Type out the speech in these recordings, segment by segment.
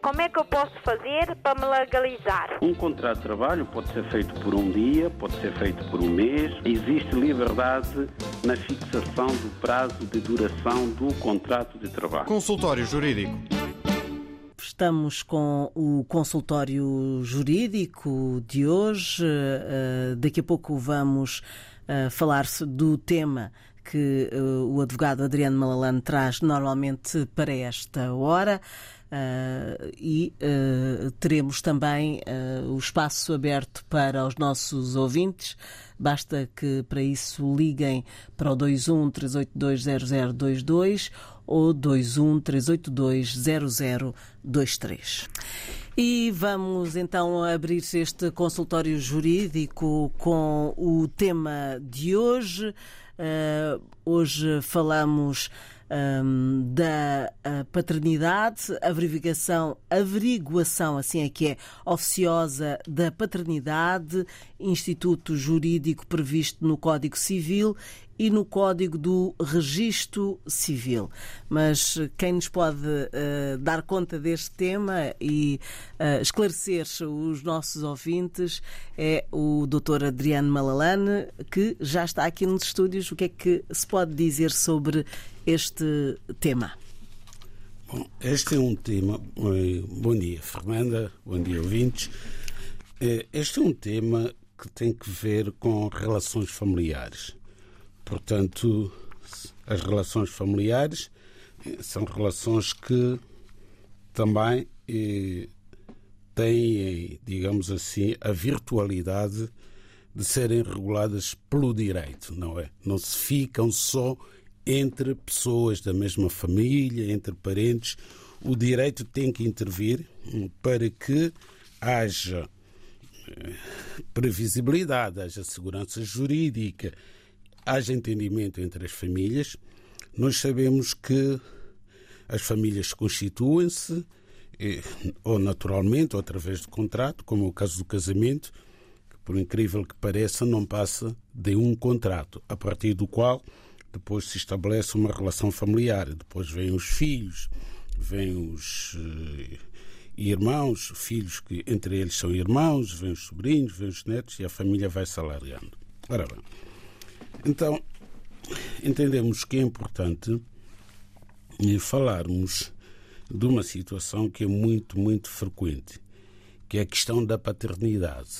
Como é que eu posso fazer para me legalizar? Um contrato de trabalho pode ser feito por um dia, pode ser feito por um mês. Existe liberdade na fixação do prazo de duração do contrato de trabalho. Consultório Jurídico. Estamos com o consultório jurídico de hoje. Daqui a pouco vamos falar-se do tema que o advogado Adriano Malalane traz normalmente para esta hora. E teremos também o espaço aberto para os nossos ouvintes. Basta que para isso liguem para o 21 382 0022 ou 21 382 0023. E vamos então abrir este consultório jurídico com o tema de hoje. Hoje falamos da paternidade, averiguação, assim é que é, oficiosa da paternidade, instituto jurídico previsto no Código Civil e no Código do Registro Civil. Mas quem nos pode dar conta deste tema e esclarecer os nossos ouvintes é o Dr. Adriano Malalane, que já está aqui nos estúdios. O que é que se pode dizer sobre este tema? Bom, este é um tema... Bom dia, Fernanda. Bom dia, ouvintes. Este é um tema que tem que ver com relações familiares. Portanto, as relações familiares são relações que também têm, digamos assim, a virtualidade de serem reguladas pelo direito, não é? Não se ficam só entre pessoas da mesma família, entre parentes. O direito tem que intervir para que haja previsibilidade, haja segurança jurídica, haja entendimento entre as famílias. Nós sabemos que as famílias constituem-se ou naturalmente ou através de contrato, como é o caso do casamento, que por incrível que pareça não passa de um contrato, a partir do qual depois se estabelece uma relação familiar. Depois vêm os filhos, vêm os irmãos, filhos que entre eles são irmãos, vêm os sobrinhos, vêm os netos e a família vai se alargando. Ora bem, então entendemos que é importante falarmos de uma situação que é muito, muito frequente, que é a questão da paternidade.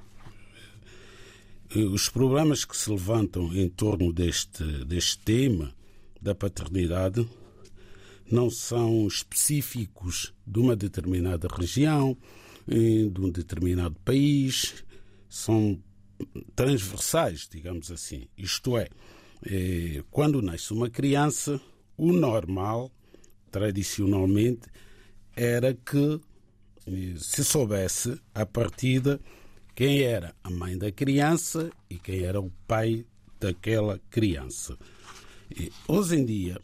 Os problemas que se levantam em torno deste tema da paternidade não são específicos de uma determinada região, de um determinado país, são transversais, digamos assim. Isto é, quando nasce uma criança, o normal, tradicionalmente, era que se soubesse à partida quem era a mãe da criança e quem era o pai daquela criança. Hoje em dia,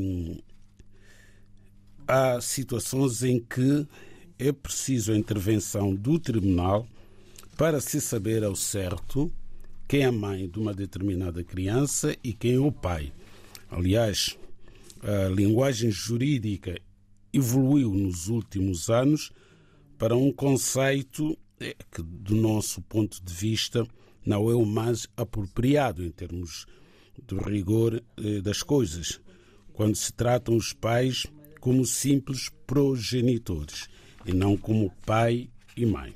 há situações em que é preciso a intervenção do tribunal para se saber ao certo quem é a mãe de uma determinada criança e quem é o pai. Aliás, a linguagem jurídica evoluiu nos últimos anos para um conceito que, do nosso ponto de vista, não é o mais apropriado em termos do rigor das coisas, quando se tratam os pais como simples progenitores e não como pai e mãe.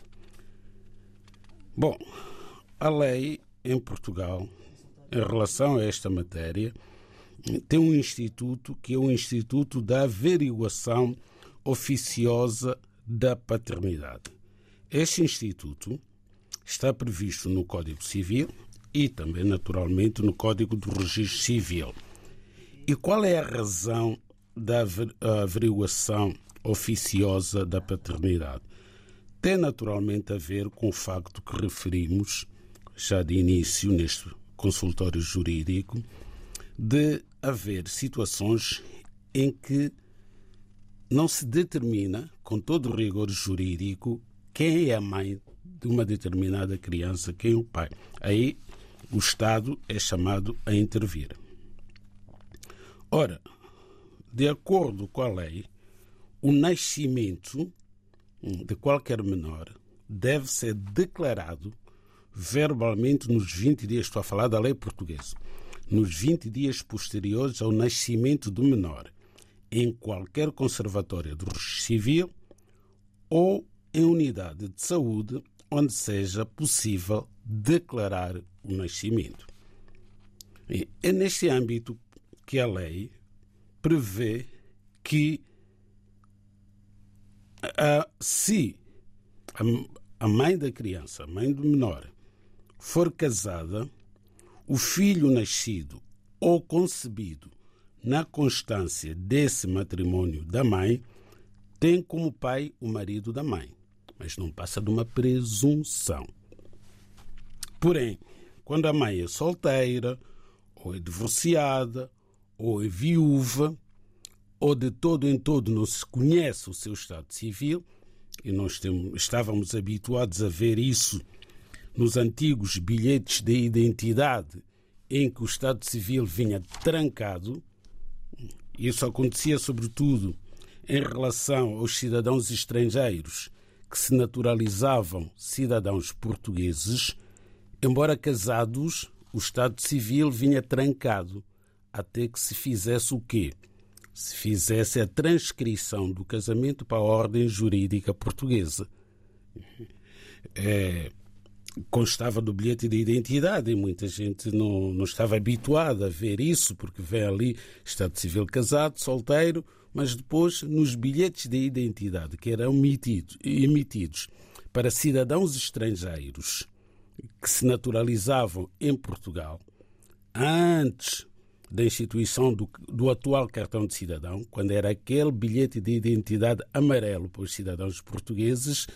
Bom, a lei em Portugal, em relação a esta matéria, tem um instituto que é o Instituto da Averiguação Oficiosa da Paternidade. Este instituto está previsto no Código Civil e também, naturalmente, no Código do Registro Civil. E qual é a razão da averiguação oficiosa da paternidade? Tem naturalmente a ver com o facto que referimos já de início neste consultório jurídico, de haver situações em que não se determina, com todo o rigor jurídico, quem é a mãe de uma determinada criança, quem é o pai. Aí o Estado é chamado a intervir. Ora, de acordo com a lei, o nascimento de qualquer menor deve ser declarado verbalmente nos 20 dias, estou a falar da lei portuguesa, nos 20 dias posteriores ao nascimento do menor, em qualquer conservatória do registro civil ou em unidade de saúde onde seja possível declarar o nascimento. E é neste âmbito que a lei prevê que se a mãe da criança, a mãe do menor, for casada, o filho nascido ou concebido na constância desse matrimônio da mãe tem como pai o marido da mãe, mas não passa de uma presunção. Porém, quando a mãe é solteira, ou é divorciada, ou é viúva, ou de todo em todo não se conhece o seu estado civil, e nós estávamos habituados a ver isso nos antigos bilhetes de identidade em que o estado civil vinha trancado. Isso acontecia sobretudo em relação aos cidadãos estrangeiros que se naturalizavam cidadãos portugueses. Embora casados, o estado civil vinha trancado até que se fizesse o quê? Se fizesse a transcrição do casamento para a ordem jurídica portuguesa. Constava do bilhete de identidade e muita gente não estava habituada a ver isso, porque vem ali estado civil casado, solteiro, mas depois nos bilhetes de identidade que eram emitidos para cidadãos estrangeiros que se naturalizavam em Portugal antes da instituição do atual cartão de cidadão, quando era aquele bilhete de identidade amarelo para os cidadãos portugueses,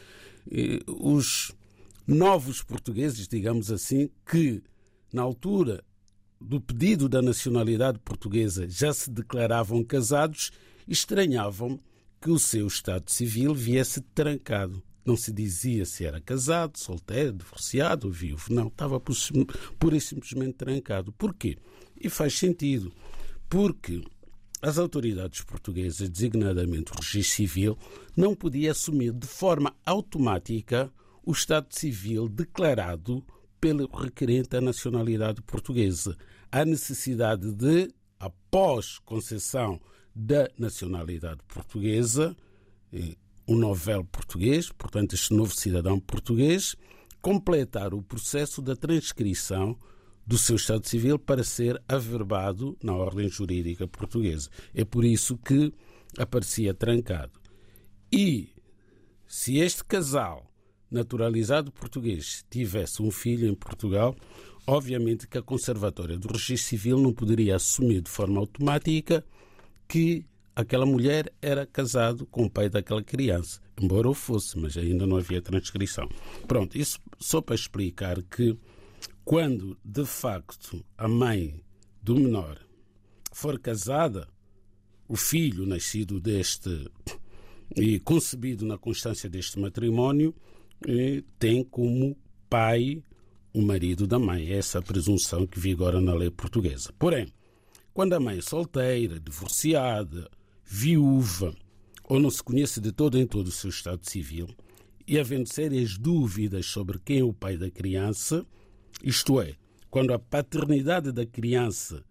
os novos portugueses, digamos assim, que na altura do pedido da nacionalidade portuguesa já se declaravam casados, estranhavam que o seu estado civil viesse trancado. Não se dizia se era casado, solteiro, divorciado ou viúvo. Não, estava pura e simplesmente trancado. Porquê? E faz sentido, porque as autoridades portuguesas, designadamente o registro civil, não podia assumir de forma automática o estado civil declarado pelo requerente da nacionalidade portuguesa. Há necessidade de, após concessão da nacionalidade portuguesa, um novel português, portanto este novo cidadão português, completar o processo da transcrição do seu estado civil para ser averbado na ordem jurídica portuguesa. É por isso que aparecia trancado. E se este casal naturalizado português tivesse um filho em Portugal, obviamente que a Conservatória do Registro Civil não poderia assumir de forma automática que aquela mulher era casado com o pai daquela criança, embora o fosse, mas ainda não havia transcrição. Pronto, isso só para explicar que quando, de facto, a mãe do menor for casada, o filho nascido deste e concebido na constância deste matrimónio tem como pai o marido da mãe. Essa é a presunção que vigora na lei portuguesa. Porém, quando a mãe é solteira, divorciada, viúva, ou não se conhece de todo em todo o seu estado civil, e havendo sérias dúvidas sobre quem é o pai da criança, isto é, quando a paternidade da criança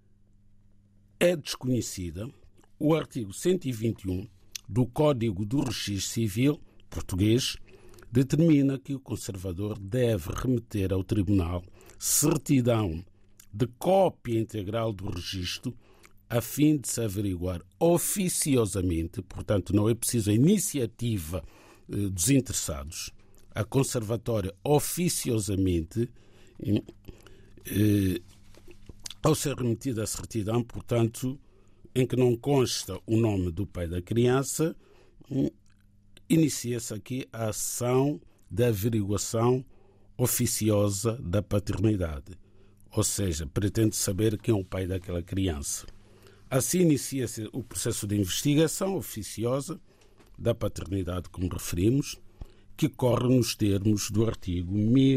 é desconhecida, o artigo 121 do Código do Registro Civil português determina que o conservador deve remeter ao tribunal certidão de cópia integral do registro a fim de se averiguar oficiosamente, portanto não é preciso a iniciativa dos interessados, a conservatória oficiosamente, ao ser remetida a certidão, portanto, em que não consta o nome do pai da criança, inicia-se aqui a ação de averiguação oficiosa da paternidade. Ou seja, pretende saber quem é o pai daquela criança. Assim inicia-se o processo de investigação oficiosa da paternidade, como referimos, que corre nos termos do artigo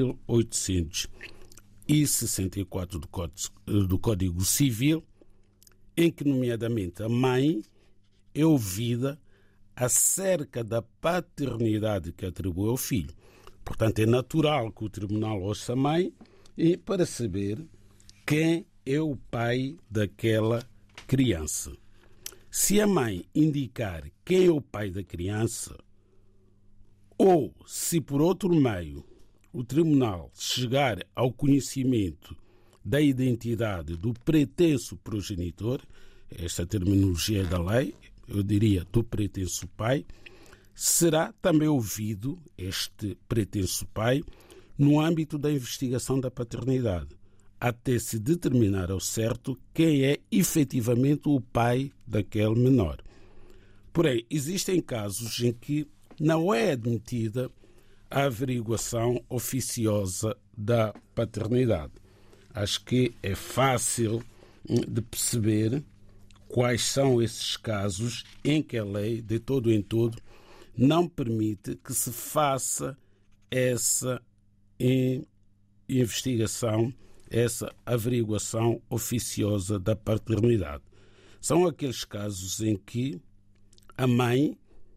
1864 do Código Civil, em que, nomeadamente, a mãe é ouvida acerca da paternidade que atribui ao filho. Portanto, é natural que o tribunal ouça a mãe para saber quem é o pai daquela criança. Se a mãe indicar quem é o pai da criança, ou se por outro meio o tribunal chegar ao conhecimento da identidade do pretenso progenitor, esta terminologia da lei, eu diria do pretenso pai, será também ouvido este pretenso pai no âmbito da investigação da paternidade, até se determinar ao certo quem é efetivamente o pai daquele menor. Porém, existem casos em que não é admitida a averiguação oficiosa da paternidade. Acho que é fácil de perceber quais são esses casos em que a lei, de todo em todo, não permite que se faça essa investigação, essa averiguação oficiosa da paternidade. São aqueles casos em que a mãe,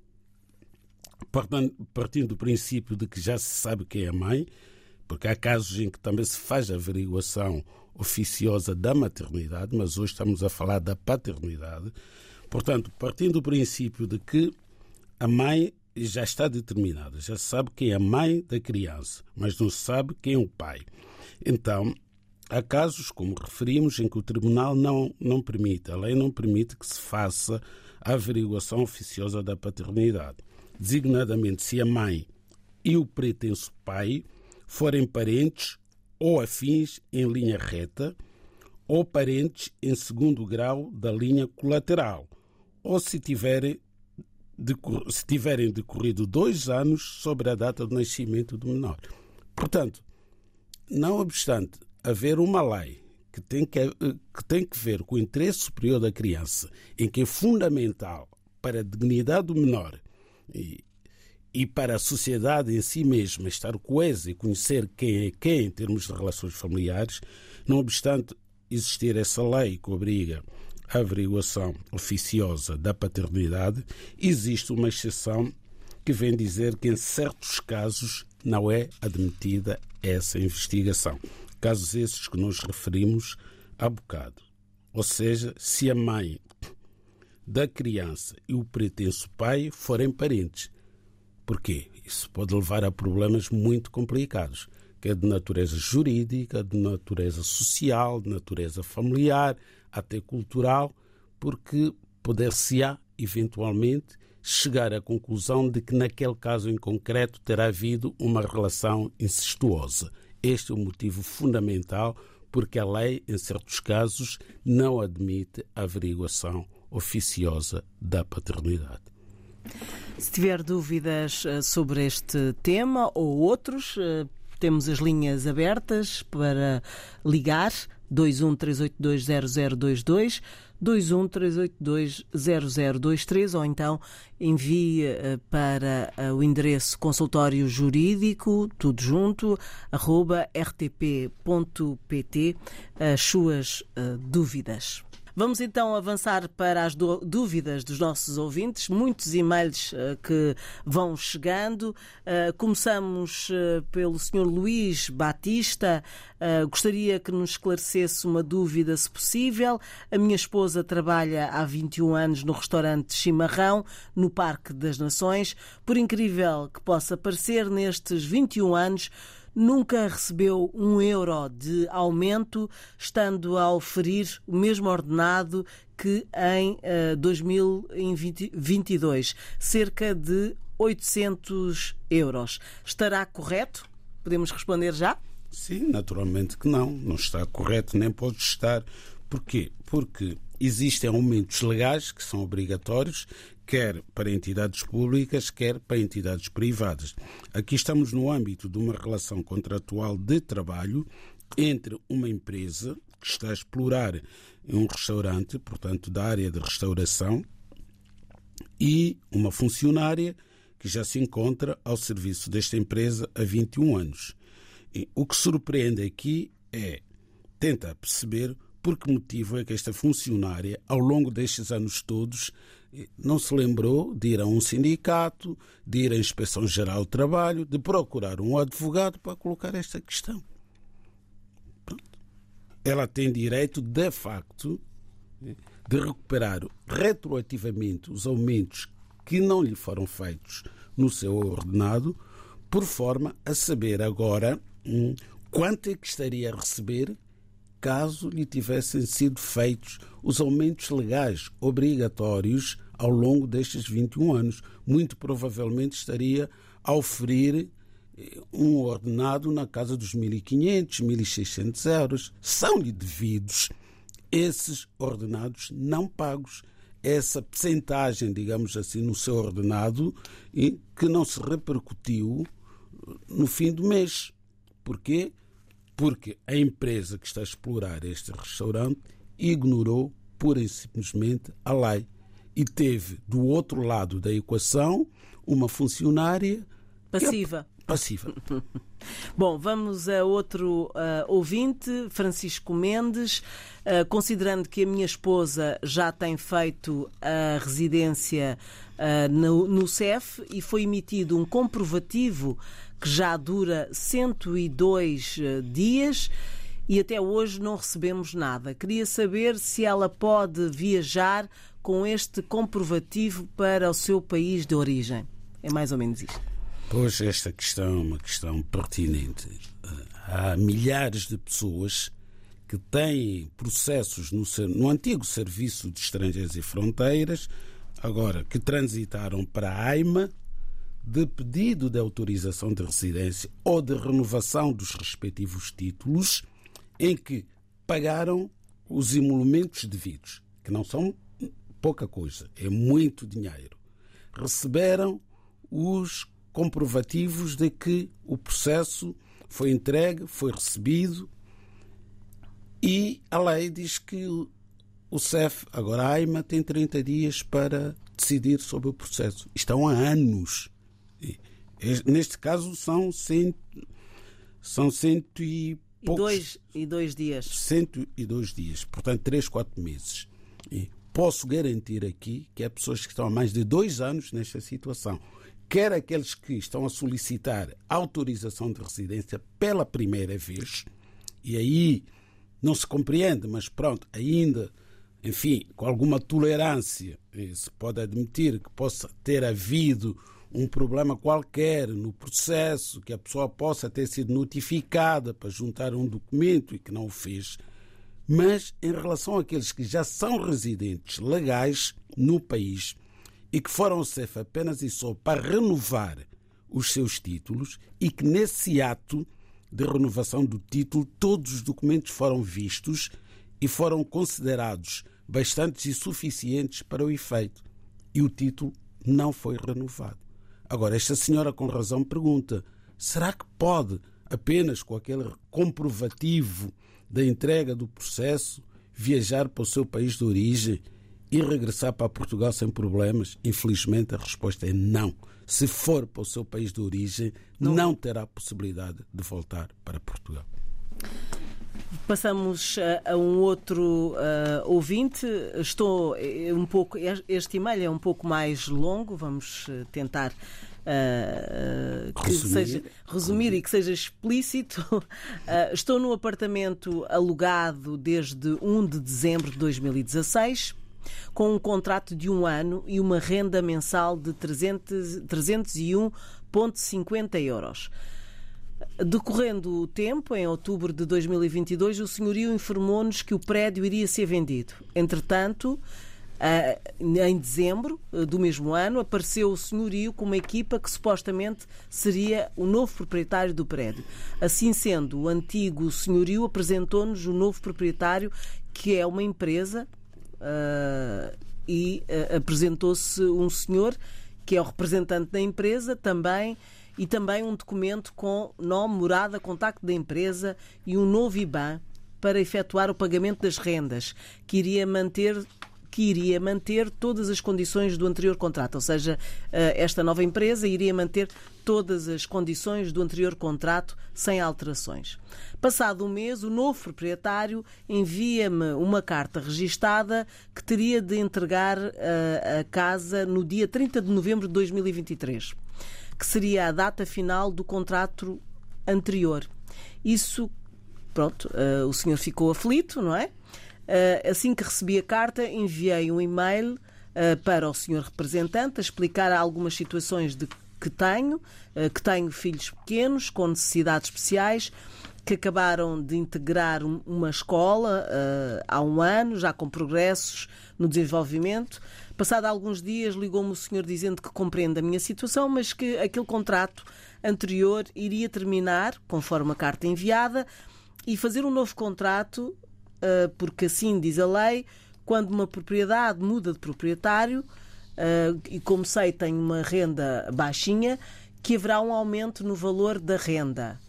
partindo do princípio de que já se sabe quem é a mãe, porque há casos em que também se faz a averiguação oficiosa da maternidade, mas hoje estamos a falar da paternidade. Portanto, partindo do princípio de que a mãe já está determinada, já se sabe quem é a mãe da criança, mas não se sabe quem é o pai. Então, há casos, como referimos, em que o tribunal não permite, a lei não permite que se faça a averiguação oficiosa da paternidade, designadamente se a mãe e o pretenso pai forem parentes ou afins em linha reta, ou parentes em segundo grau da linha colateral, ou se tiverem decorrido 2 anos sobre a data do nascimento do menor. Portanto, não obstante haver uma lei que tem que ver com o interesse superior da criança, em que é fundamental para a dignidade do menor e para a sociedade em si mesma estar coesa e conhecer quem é quem em termos de relações familiares, não obstante existir essa lei que obriga a averiguação oficiosa da paternidade, existe uma exceção que vem dizer que em certos casos não é admitida essa investigação. Casos esses que nós referimos há bocado. Ou seja, se a mãe da criança e o pretenso pai forem parentes. Porquê? Isso pode levar a problemas muito complicados, que é de natureza jurídica, de natureza social, de natureza familiar, até cultural, porque poder-se-á, eventualmente, chegar à conclusão de que naquele caso em concreto terá havido uma relação incestuosa. Este é o motivo fundamental porque a lei, em certos casos, não admite a averiguação oficiosa da paternidade. Se tiver dúvidas sobre este tema ou outros, temos as linhas abertas para ligar 213820022, 213820023 ou então envie para o endereço consultório jurídico, tudo junto, @rtp.pt as suas dúvidas. Vamos então avançar para as dúvidas dos nossos ouvintes, muitos e-mails que vão chegando. Começamos pelo Sr. Luís Batista. Gostaria que nos esclarecesse uma dúvida, se possível. A minha esposa trabalha há 21 anos no restaurante Chimarrão, no Parque das Nações. Por incrível que possa parecer, nestes 21 anos, nunca recebeu €1 de aumento, estando a oferir o mesmo ordenado que em 2022, cerca de €800. Estará correto? Podemos responder já? Sim, naturalmente que não está correto, nem pode estar. Porquê? Porque existem aumentos legais que são obrigatórios, quer para entidades públicas, quer para entidades privadas. Aqui estamos no âmbito de uma relação contratual de trabalho entre uma empresa que está a explorar um restaurante, portanto, da área de restauração, e uma funcionária que já se encontra ao serviço desta empresa há 21 anos. E o que surpreende aqui é tentar perceber por que motivo é que esta funcionária, ao longo destes anos todos, não se lembrou de ir a um sindicato, de ir à Inspeção-Geral do Trabalho, de procurar um advogado para colocar esta questão. Pronto. Ela tem direito, de facto, de recuperar retroativamente os aumentos que não lhe foram feitos no seu ordenado, por forma a saber agora quanto é que estaria a receber caso lhe tivessem sido feitos os aumentos legais obrigatórios ao longo destes 21 anos. Muito provavelmente estaria a oferir um ordenado na casa dos 1.500, 1.600 euros. São-lhe devidos esses ordenados não pagos. Essa percentagem, digamos assim, no seu ordenado e que não se repercutiu no fim do mês. Porquê? Porque a empresa que está a explorar este restaurante ignorou pura e simplesmente a lei e teve do outro lado da equação uma funcionária passiva. Bom, vamos a outro ouvinte, Francisco Mendes. Considerando que a minha esposa já tem feito a residência no CEF e foi emitido um comprovativo que já dura 102 dias e até hoje não recebemos nada. Queria saber se ela pode viajar com este comprovativo para o seu país de origem. É mais ou menos isto. Pois esta questão é uma questão pertinente. Há milhares de pessoas que têm processos no antigo Serviço de Estrangeiros e Fronteiras, agora que transitaram para a AIMA, de pedido de autorização de residência ou de renovação dos respectivos títulos, em que pagaram os emolumentos devidos, que não são pouca coisa, é muito dinheiro. Receberam os comprovativos de que o processo foi entregue, foi recebido, e a lei diz que o CEF, agora a AIMA, tem 30 dias para decidir sobre o processo. Estão há anos. Neste caso são 100 e poucos... E dois dias. 102 dias, portanto 3, 4 meses. E posso garantir aqui que há pessoas que estão há mais de 2 anos nesta situação. Quer aqueles que estão a solicitar autorização de residência pela primeira vez, e aí não se compreende, mas pronto, ainda, enfim, com alguma tolerância, se pode admitir que possa ter havido um problema qualquer no processo, que a pessoa possa ter sido notificada para juntar um documento e que não o fez. Mas em relação àqueles que já são residentes legais no país e que foram ao CEF apenas e só para renovar os seus títulos e que nesse ato de renovação do título todos os documentos foram vistos e foram considerados bastantes e suficientes para o efeito. E o título não foi renovado. Agora, esta senhora com razão pergunta, será que pode, apenas com aquele comprovativo da entrega do processo, viajar para o seu país de origem e regressar para Portugal sem problemas? Infelizmente, a resposta é não. Se for para o seu país de origem, não terá possibilidade de voltar para Portugal. Passamos a um outro ouvinte. Este e-mail é um pouco mais longo, vamos tentar resumir e que seja explícito. Estou num apartamento alugado desde 1 de dezembro de 2016, com um contrato de 1 ano e uma renda mensal de 301,50 euros. Decorrendo o tempo, em outubro de 2022, o senhorio informou-nos que o prédio iria ser vendido. Entretanto, em dezembro do mesmo ano, apareceu o senhorio com uma equipa que supostamente seria o novo proprietário do prédio. Assim sendo, o antigo senhorio apresentou-nos o novo proprietário, que é uma empresa, e apresentou-se um senhor que é o representante da empresa também, e também um documento com nome, morada, contacto da empresa e um novo IBAN para efetuar o pagamento das rendas, que iria manter que iria manter todas as condições do anterior contrato, ou seja, esta nova empresa iria manter todas as condições do anterior contrato sem alterações. Passado um mês, o novo proprietário envia-me uma carta registada que teria de entregar a casa no dia 30 de novembro de 2023, que seria a data final do contrato anterior. Isso, pronto, o senhor ficou aflito, não é? Assim que recebi a carta, enviei um e-mail para o senhor representante a explicar algumas situações que tenho filhos pequenos com necessidades especiais que acabaram de integrar uma escola há um ano, já com progressos no desenvolvimento. Passado alguns dias, ligou-me o senhor dizendo que compreende a minha situação, mas que aquele contrato anterior iria terminar, conforme a carta enviada, e fazer um novo contrato, porque assim diz a lei, quando uma propriedade muda de proprietário, e como sei, tem uma renda baixinha, que haverá um aumento no valor da renda.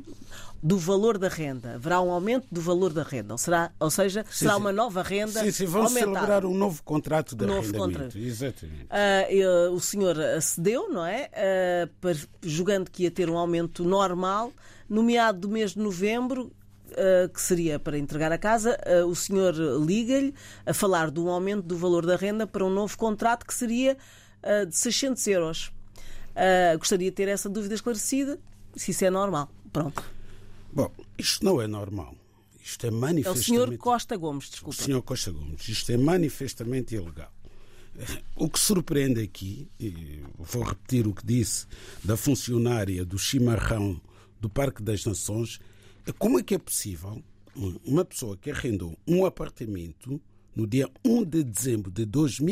Do valor da renda. Haverá um aumento do valor da renda. Ou seja, será uma nova renda. Sim, vão celebrar um novo contrato de arrendamento. Contrato. Exatamente. O senhor acedeu, não é? Julgando que ia ter um aumento normal, no meado do mês de novembro, que seria para entregar a casa, o senhor liga-lhe a falar de um aumento do valor da renda para um novo contrato que seria de 600 euros. Gostaria de ter essa dúvida esclarecida, se isso é normal. Pronto. Bom, isto não é normal. Isto é manifestamente... É o senhor Costa Gomes, desculpa. O senhor Costa Gomes. Isto é manifestamente ilegal. O que surpreende aqui, e vou repetir o que disse da funcionária do chimarrão do Parque das Nações, é como é que é possível uma pessoa que arrendou um apartamento no dia 1 de dezembro de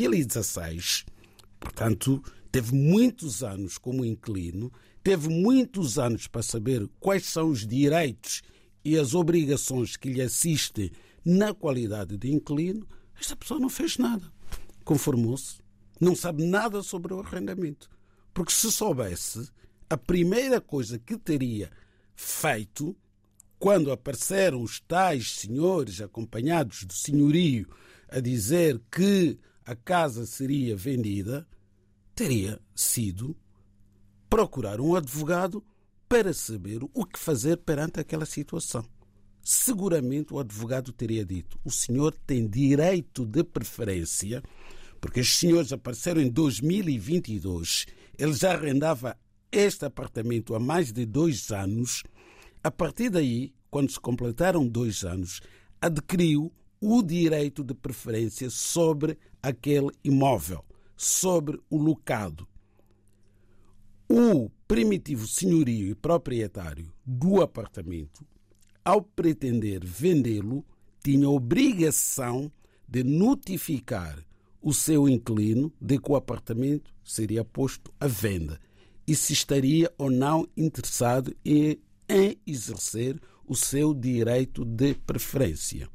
2016, portanto, teve muitos anos como inquilino, teve muitos anos para saber quais são os direitos e as obrigações que lhe assistem na qualidade de inquilino. Esta pessoa não fez nada. Conformou-se. Não sabe nada sobre o arrendamento. Porque se soubesse, a primeira coisa que teria feito, quando apareceram os tais senhores acompanhados do senhorio a dizer que a casa seria vendida, teria sido procurar um advogado para saber o que fazer perante aquela situação. Seguramente o advogado teria dito: o senhor tem direito de preferência, porque os senhores apareceram em 2022, ele já arrendava este apartamento há mais de 2 anos. A partir daí, quando se completaram 2 anos, adquiriu o direito de preferência sobre aquele imóvel, sobre o locado. O primitivo senhorio e proprietário do apartamento, ao pretender vendê-lo, tinha a obrigação de notificar o seu inquilino de que o apartamento seria posto à venda e se estaria ou não interessado em exercer o seu direito de preferência.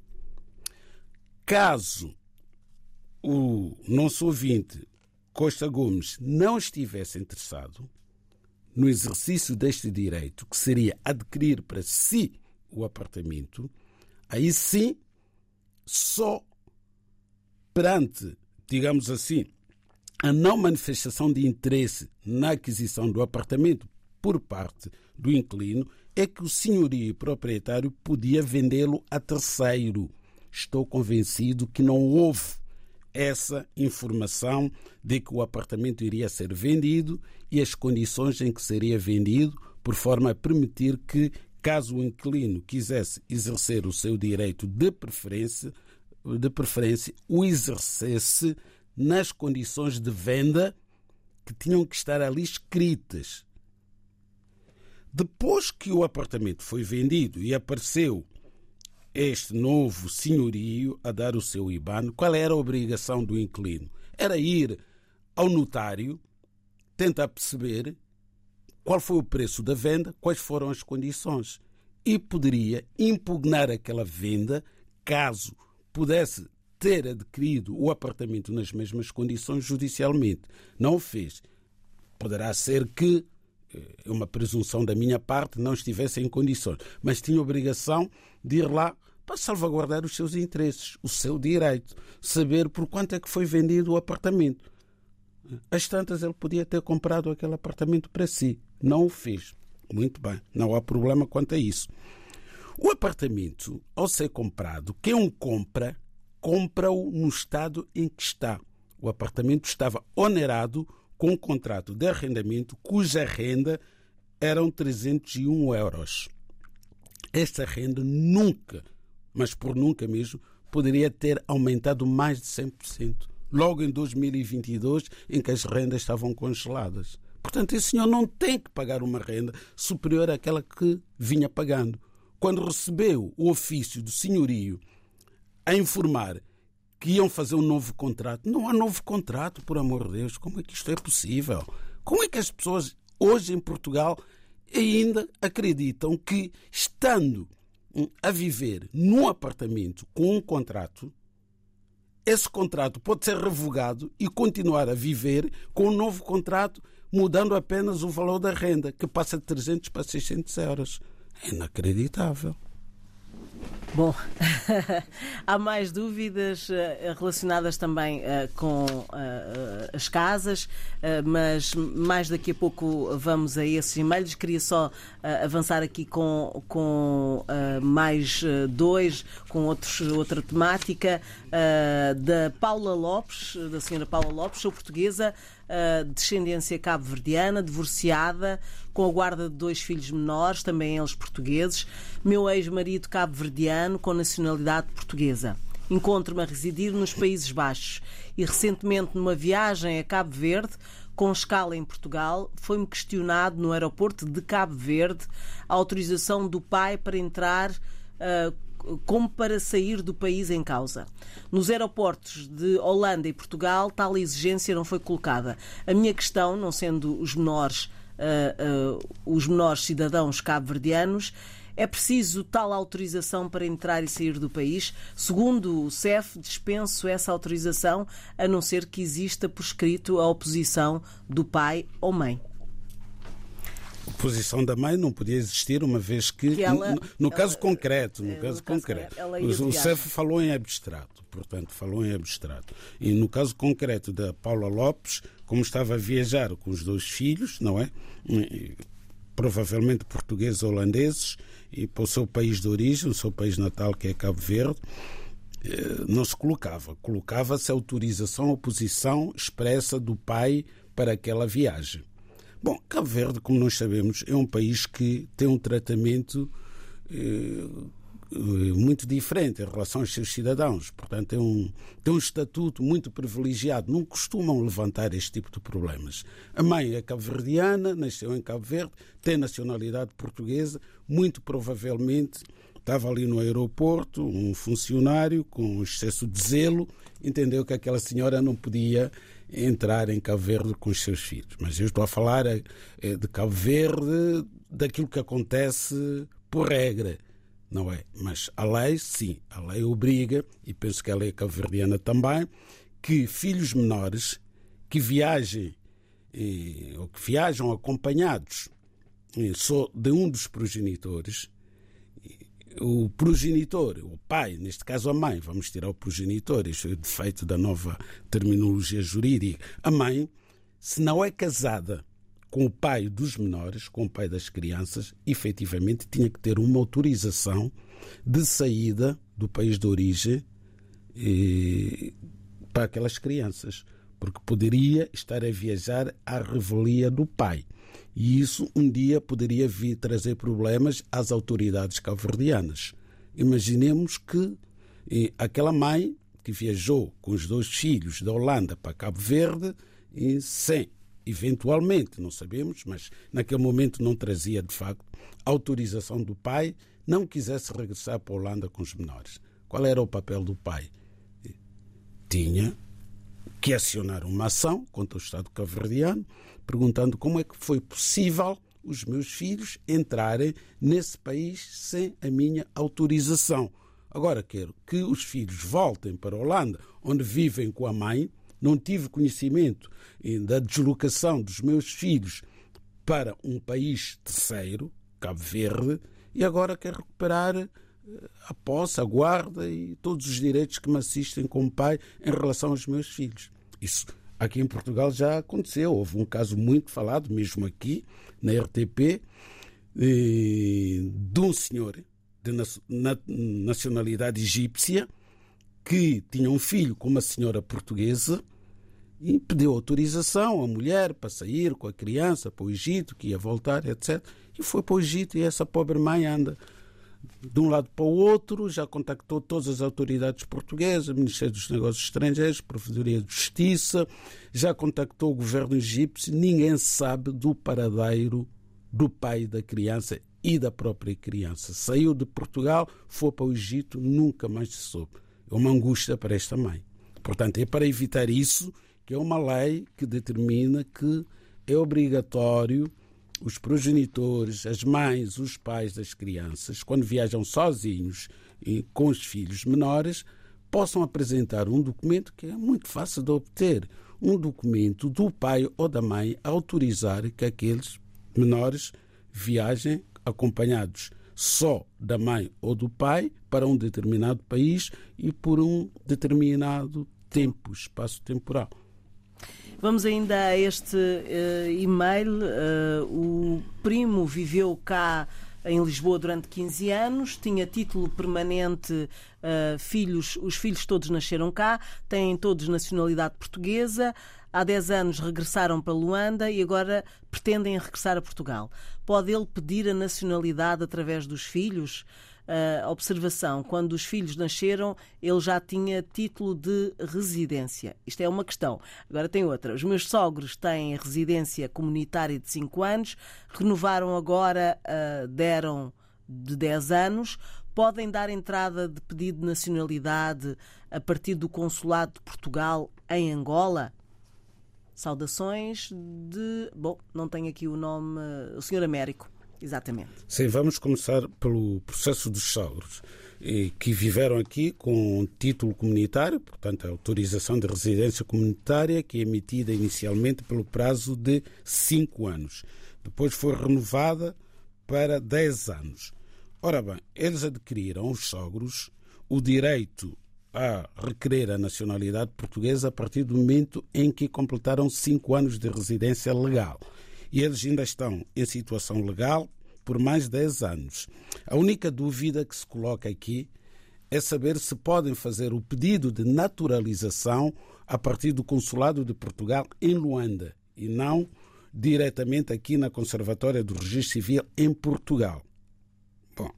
Caso o nosso ouvinte Costa Gomes não estivesse interessado no exercício deste direito, que seria adquirir para si o apartamento, aí sim, só perante, digamos assim, a não manifestação de interesse na aquisição do apartamento por parte do inquilino, é que o senhorio e proprietário podia vendê-lo a terceiro. Estou convencido que não houve essa informação de que o apartamento iria ser vendido e as condições em que seria vendido, por forma a permitir que, caso o inquilino quisesse exercer o seu direito de preferência, o exercesse nas condições de venda que tinham que estar ali escritas. Depois que o apartamento foi vendido e apareceu este novo senhorio a dar o seu IBAN, qual era a obrigação do inquilino? Era ir ao notário, tentar perceber qual foi o preço da venda, quais foram as condições. E poderia impugnar aquela venda caso pudesse ter adquirido o apartamento nas mesmas condições judicialmente. Não o fez. Poderá ser que, é uma presunção da minha parte, não estivesse em condições, mas tinha obrigação de ir lá para salvaguardar os seus interesses, o seu direito, saber por quanto é que foi vendido o apartamento. Às tantas ele podia ter comprado aquele apartamento para si, não o fez. Muito bem, não há problema quanto a isso. O apartamento, ao ser comprado, quem o compra, compra-o no estado em que está. O apartamento estava onerado com um contrato de arrendamento cuja renda eram 301 euros. Esta renda nunca, mas por nunca mesmo, poderia ter aumentado mais de 100%. Logo em 2022, em que as rendas estavam congeladas. Portanto, esse senhor não tem que pagar uma renda superior àquela que vinha pagando. Quando recebeu o ofício do senhorio a informar que iam fazer um novo contrato, não há novo contrato, por amor de Deus. Como é que isto é possível? Como é que as pessoas hoje em Portugal ainda acreditam que, estando a viver num apartamento com um contrato, esse contrato pode ser revogado e continuar a viver com um novo contrato, mudando apenas o valor da renda, que passa de 300 para 600 euros. É inacreditável. Bom, há mais dúvidas relacionadas também com as casas, mas mais daqui a pouco vamos a esses e-mails. Queria só avançar aqui com mais dois, com outra temática, da Paula Lopes, da senhora Paula Lopes, sou portuguesa, descendência cabo-verdiana, divorciada, com a guarda de 2 filhos menores, também eles portugueses. Meu ex-marido cabo-verdiano, com nacionalidade portuguesa. Encontro-me a residir nos Países Baixos e recentemente, numa viagem a Cabo Verde, com escala em Portugal, foi-me questionado no aeroporto de Cabo Verde a autorização do pai para entrar como para sair do país em causa. Nos aeroportos de Holanda e Portugal, tal exigência não foi colocada. A minha questão, não sendo os menores cidadãos cabo-verdianos, é preciso tal autorização para entrar e sair do país? Segundo o CEF, dispenso essa autorização, a não ser que exista por escrito a oposição do pai ou mãe. A oposição da mãe não podia existir, uma vez que no caso concreto, o CEF falou em abstrato, portanto, falou em abstrato. E no caso concreto da Paula Lopes, como estava a viajar com os 2 filhos, não é? Provavelmente portugueses ou holandeses, e para o seu país de origem, o seu país natal, que é Cabo Verde, não se colocava. Colocava-se a autorização, a oposição expressa do pai para aquela viagem. Bom, Cabo Verde, como nós sabemos, é um país que tem um tratamento muito diferente em relação aos seus cidadãos. Portanto, tem um estatuto muito privilegiado. Não costumam levantar este tipo de problemas. A mãe é cabo-verdiana, nasceu em Cabo Verde, tem nacionalidade portuguesa, muito provavelmente estava ali no aeroporto, um funcionário com excesso de zelo, entendeu que aquela senhora não podia entrar em Cabo Verde com os seus filhos. Mas eu estou a falar de Cabo Verde, daquilo que acontece por regra, não é? Mas a lei, sim, a lei obriga, e penso que a lei cabo-verdiana também, que filhos menores que viajem ou que viajam acompanhados só de um dos progenitores, o progenitor, o pai, neste caso a mãe, vamos tirar o progenitor, isso é o defeito da nova terminologia jurídica. A mãe, se não é casada com o pai dos menores, com o pai das crianças, efetivamente tinha que ter uma autorização de saída do país de origem para aquelas crianças, porque poderia estar a viajar à revelia do pai. E isso um dia poderia vir trazer problemas às autoridades cabo-verdianas. Imaginemos que aquela mãe que viajou com os 2 filhos da Holanda para Cabo Verde sem, eventualmente, não sabemos, mas naquele momento não trazia de facto autorização do pai, não quisesse regressar para a Holanda com os menores. Qual era o papel do pai? Tinha que acionar uma ação contra o Estado cabo-verdiano, perguntando como é que foi possível os meus filhos entrarem nesse país sem a minha autorização. Agora quero que os filhos voltem para a Holanda, onde vivem com a mãe. Não tive conhecimento da deslocação dos meus filhos para um país terceiro, Cabo Verde, e agora quero recuperar a posse, a guarda e todos os direitos que me assistem como pai em relação aos meus filhos. Isso aqui em Portugal já aconteceu. Houve um caso muito falado, mesmo aqui, na RTP, de um senhor de nacionalidade egípcia que tinha um filho com uma senhora portuguesa e pediu autorização à mulher para sair com a criança para o Egito, que ia voltar, etc. E foi para o Egito e essa pobre mãe anda de um lado para o outro, já contactou todas as autoridades portuguesas, o Ministério dos Negócios Estrangeiros, a Provedoria de Justiça, já contactou o governo egípcio, ninguém sabe do paradeiro do pai da criança e da própria criança. Saiu de Portugal, foi para o Egito, nunca mais se soube. É uma angústia para esta mãe. Portanto, é para evitar isso que é uma lei que determina que é obrigatório os progenitores, as mães, os pais das crianças, quando viajam sozinhos e com os filhos menores, possam apresentar um documento que é muito fácil de obter. Um documento do pai ou da mãe a autorizar que aqueles menores viajem acompanhados só da mãe ou do pai para um determinado país e por um determinado tempo, espaço temporal. Vamos ainda a este e-mail. O primo viveu cá em Lisboa durante 15 anos, tinha título permanente, os filhos todos nasceram cá, têm todos nacionalidade portuguesa, há 10 anos regressaram para Luanda e agora pretendem regressar a Portugal. Pode ele pedir a nacionalidade através dos filhos? Observação, quando os filhos nasceram, ele já tinha título de residência. Isto é uma questão. Agora tem outra. Os meus sogros têm residência comunitária de 5 anos, renovaram agora, deram de 10 anos. Podem dar entrada de pedido de nacionalidade a partir do Consulado de Portugal em Angola? Saudações de... Bom, não tenho aqui o nome... O Sr. Américo. Exatamente. Sim, vamos começar pelo processo dos sogros, que viveram aqui com título comunitário, portanto a autorização de residência comunitária, que é emitida inicialmente pelo prazo de 5 anos. Depois foi renovada para 10 anos. Ora bem, eles adquiriram, os sogros, o direito a requerer a nacionalidade portuguesa a partir do momento em que completaram 5 anos de residência legal. E eles ainda estão em situação legal por mais 10 anos. A única dúvida que se coloca aqui é saber se podem fazer o pedido de naturalização a partir do Consulado de Portugal em Luanda e não diretamente aqui na Conservatória do Registro Civil em Portugal. Bom,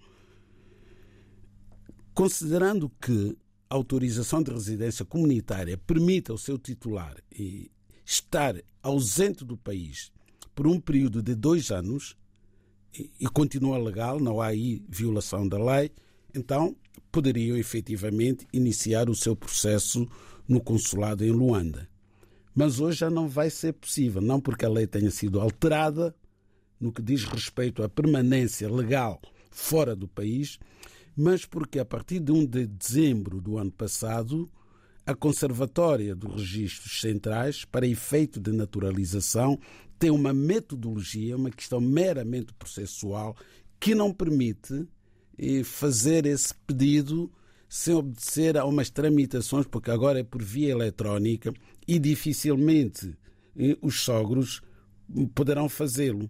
considerando que a autorização de residência comunitária permite ao seu titular estar ausente do país por um período de 2 anos e continua legal, não há aí violação da lei, então poderiam efetivamente iniciar o seu processo no consulado em Luanda. Mas hoje já não vai ser possível, não porque a lei tenha sido alterada no que diz respeito à permanência legal fora do país, mas porque a partir de 1 de dezembro do ano passado, a Conservatória dos Registros Centrais, para efeito de naturalização, tem uma metodologia, uma questão meramente processual, que não permite fazer esse pedido sem obedecer a umas tramitações, porque agora é por via eletrónica e dificilmente os sogros poderão fazê-lo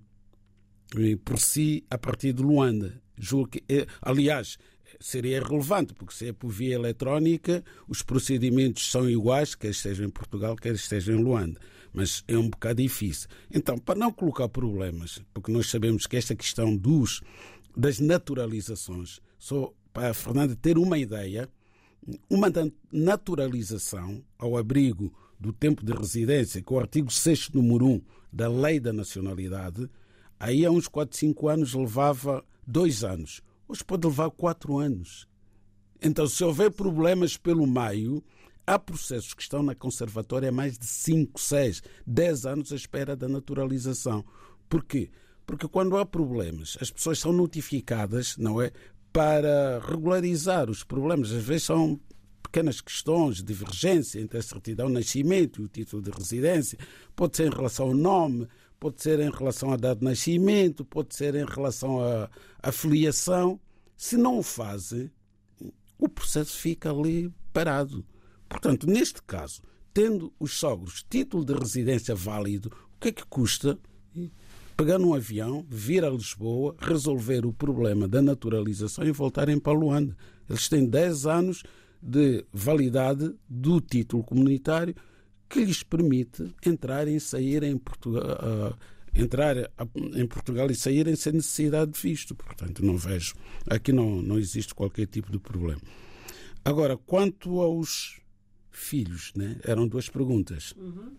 por si a partir de Luanda. Julgo que, aliás, seria relevante, porque se é por via eletrónica, os procedimentos são iguais, quer estejam em Portugal, quer estejam em Luanda. Mas é um bocado difícil. Então, para não colocar problemas, porque nós sabemos que esta questão das naturalizações, só para a Fernanda ter uma ideia, uma naturalização ao abrigo do tempo de residência, que é o artigo 6º, número 1 da Lei da Nacionalidade, aí há uns 4, 5 anos levava 2 anos. Hoje pode levar 4 anos. Então, se houver problemas pelo meio, há processos que estão na Conservatória há mais de 5, 6, 10 anos à espera da naturalização. Porquê? Porque quando há problemas, as pessoas são notificadas, não é, para regularizar os problemas. Às vezes são pequenas questões de divergência entre a certidão de nascimento e o título de residência. Pode ser em relação ao nome, pode ser em relação à data de nascimento, pode ser em relação à filiação. Se não o fazem, o processo fica ali parado. Portanto, neste caso, tendo os sogros título de residência válido, o que é que custa pegar num avião, vir a Lisboa, resolver o problema da naturalização e voltarem para Luanda? Eles têm 10 anos de validade do título comunitário que lhes permite entrar e sair em Portugal, em Portugal e saírem sem necessidade de visto. Portanto, não vejo. Aqui não existe qualquer tipo de problema. Agora, quanto aos filhos, né? Eram 2 perguntas. Uhum.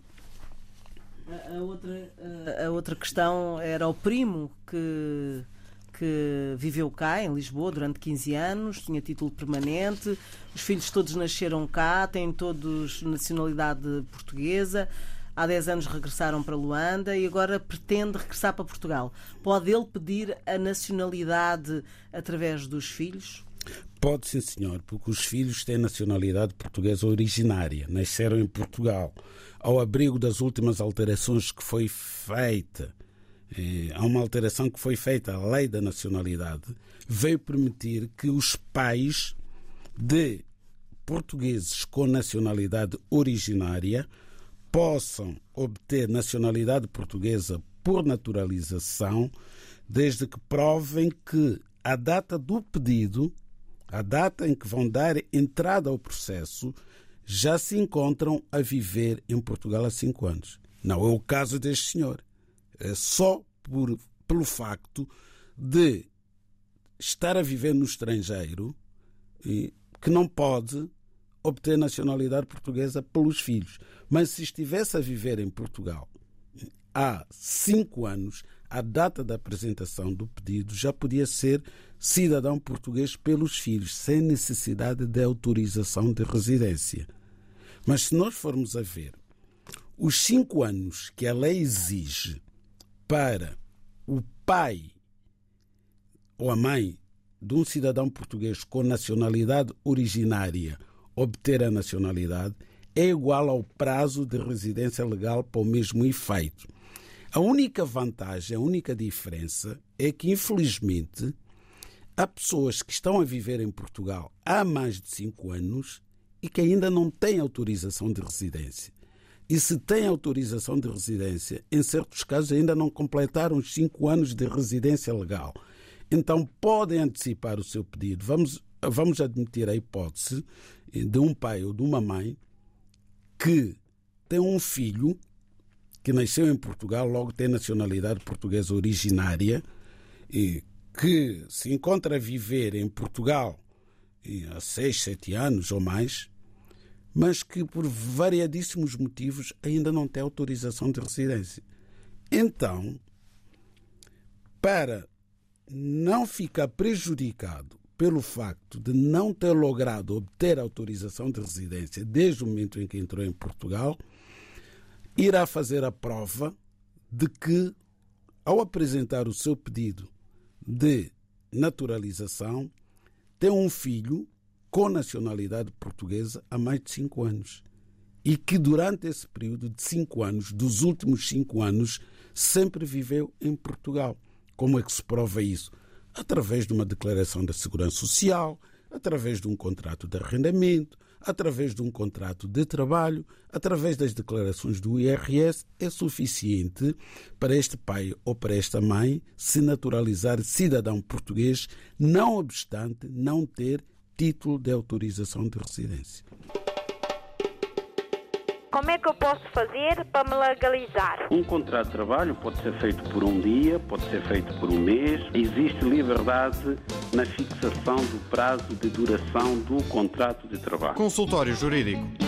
A outra questão era o primo que viveu cá, em Lisboa, durante 15 anos, tinha título permanente, os filhos todos nasceram cá, têm todos nacionalidade portuguesa, há 10 anos regressaram para Luanda e agora pretende regressar para Portugal. Pode ele pedir a nacionalidade através dos filhos? Pode, sim, senhor, porque os filhos têm nacionalidade portuguesa originária, nasceram em Portugal. Ao abrigo das últimas alterações que foi feita, há uma alteração que foi feita à lei da nacionalidade, veio permitir que os pais de portugueses com nacionalidade originária possam obter nacionalidade portuguesa por naturalização, desde que provem que a data do pedido, a data em que vão dar entrada ao processo, já se encontram a viver em Portugal há 5 anos. Não é o caso deste senhor. É só pelo facto de estar a viver no estrangeiro que não pode obter nacionalidade portuguesa pelos filhos. Mas se estivesse a viver em Portugal há 5 anos, a data da apresentação do pedido já podia ser cidadão português pelos filhos, sem necessidade de autorização de residência. Mas se nós formos a ver os 5 anos que a lei exige para o pai ou a mãe de um cidadão português com nacionalidade originária obter a nacionalidade, é igual ao prazo de residência legal para o mesmo efeito. A única vantagem, a única diferença é que, infelizmente, há pessoas que estão a viver em Portugal há mais de 5 anos e que ainda não têm autorização de residência. E se têm autorização de residência, em certos casos ainda não completaram os 5 anos de residência legal. Então podem antecipar o seu pedido. Vamos admitir a hipótese de um pai ou de uma mãe que tem um filho que nasceu em Portugal, logo tem nacionalidade portuguesa originária, e que se encontra a viver em Portugal há 6, 7 anos ou mais, mas que por variadíssimos motivos ainda não tem autorização de residência. Então, para não ficar prejudicado pelo facto de não ter logrado obter autorização de residência desde o momento em que entrou em Portugal, irá fazer a prova de que, ao apresentar o seu pedido de naturalização, tem um filho com nacionalidade portuguesa há mais de 5 anos e que durante esse período de 5 anos, dos últimos 5 anos, sempre viveu em Portugal. Como é que se prova isso? Através de uma declaração da Segurança Social, através de um contrato de arrendamento, através de um contrato de trabalho, através das declarações do IRS, é suficiente para este pai ou para esta mãe se naturalizar cidadão português, não obstante não ter título de autorização de residência. Como é que eu posso fazer para me legalizar? Um contrato de trabalho pode ser feito por um dia, pode ser feito por um mês. Existe liberdade na fixação do prazo de duração do contrato de trabalho. Consultório Jurídico.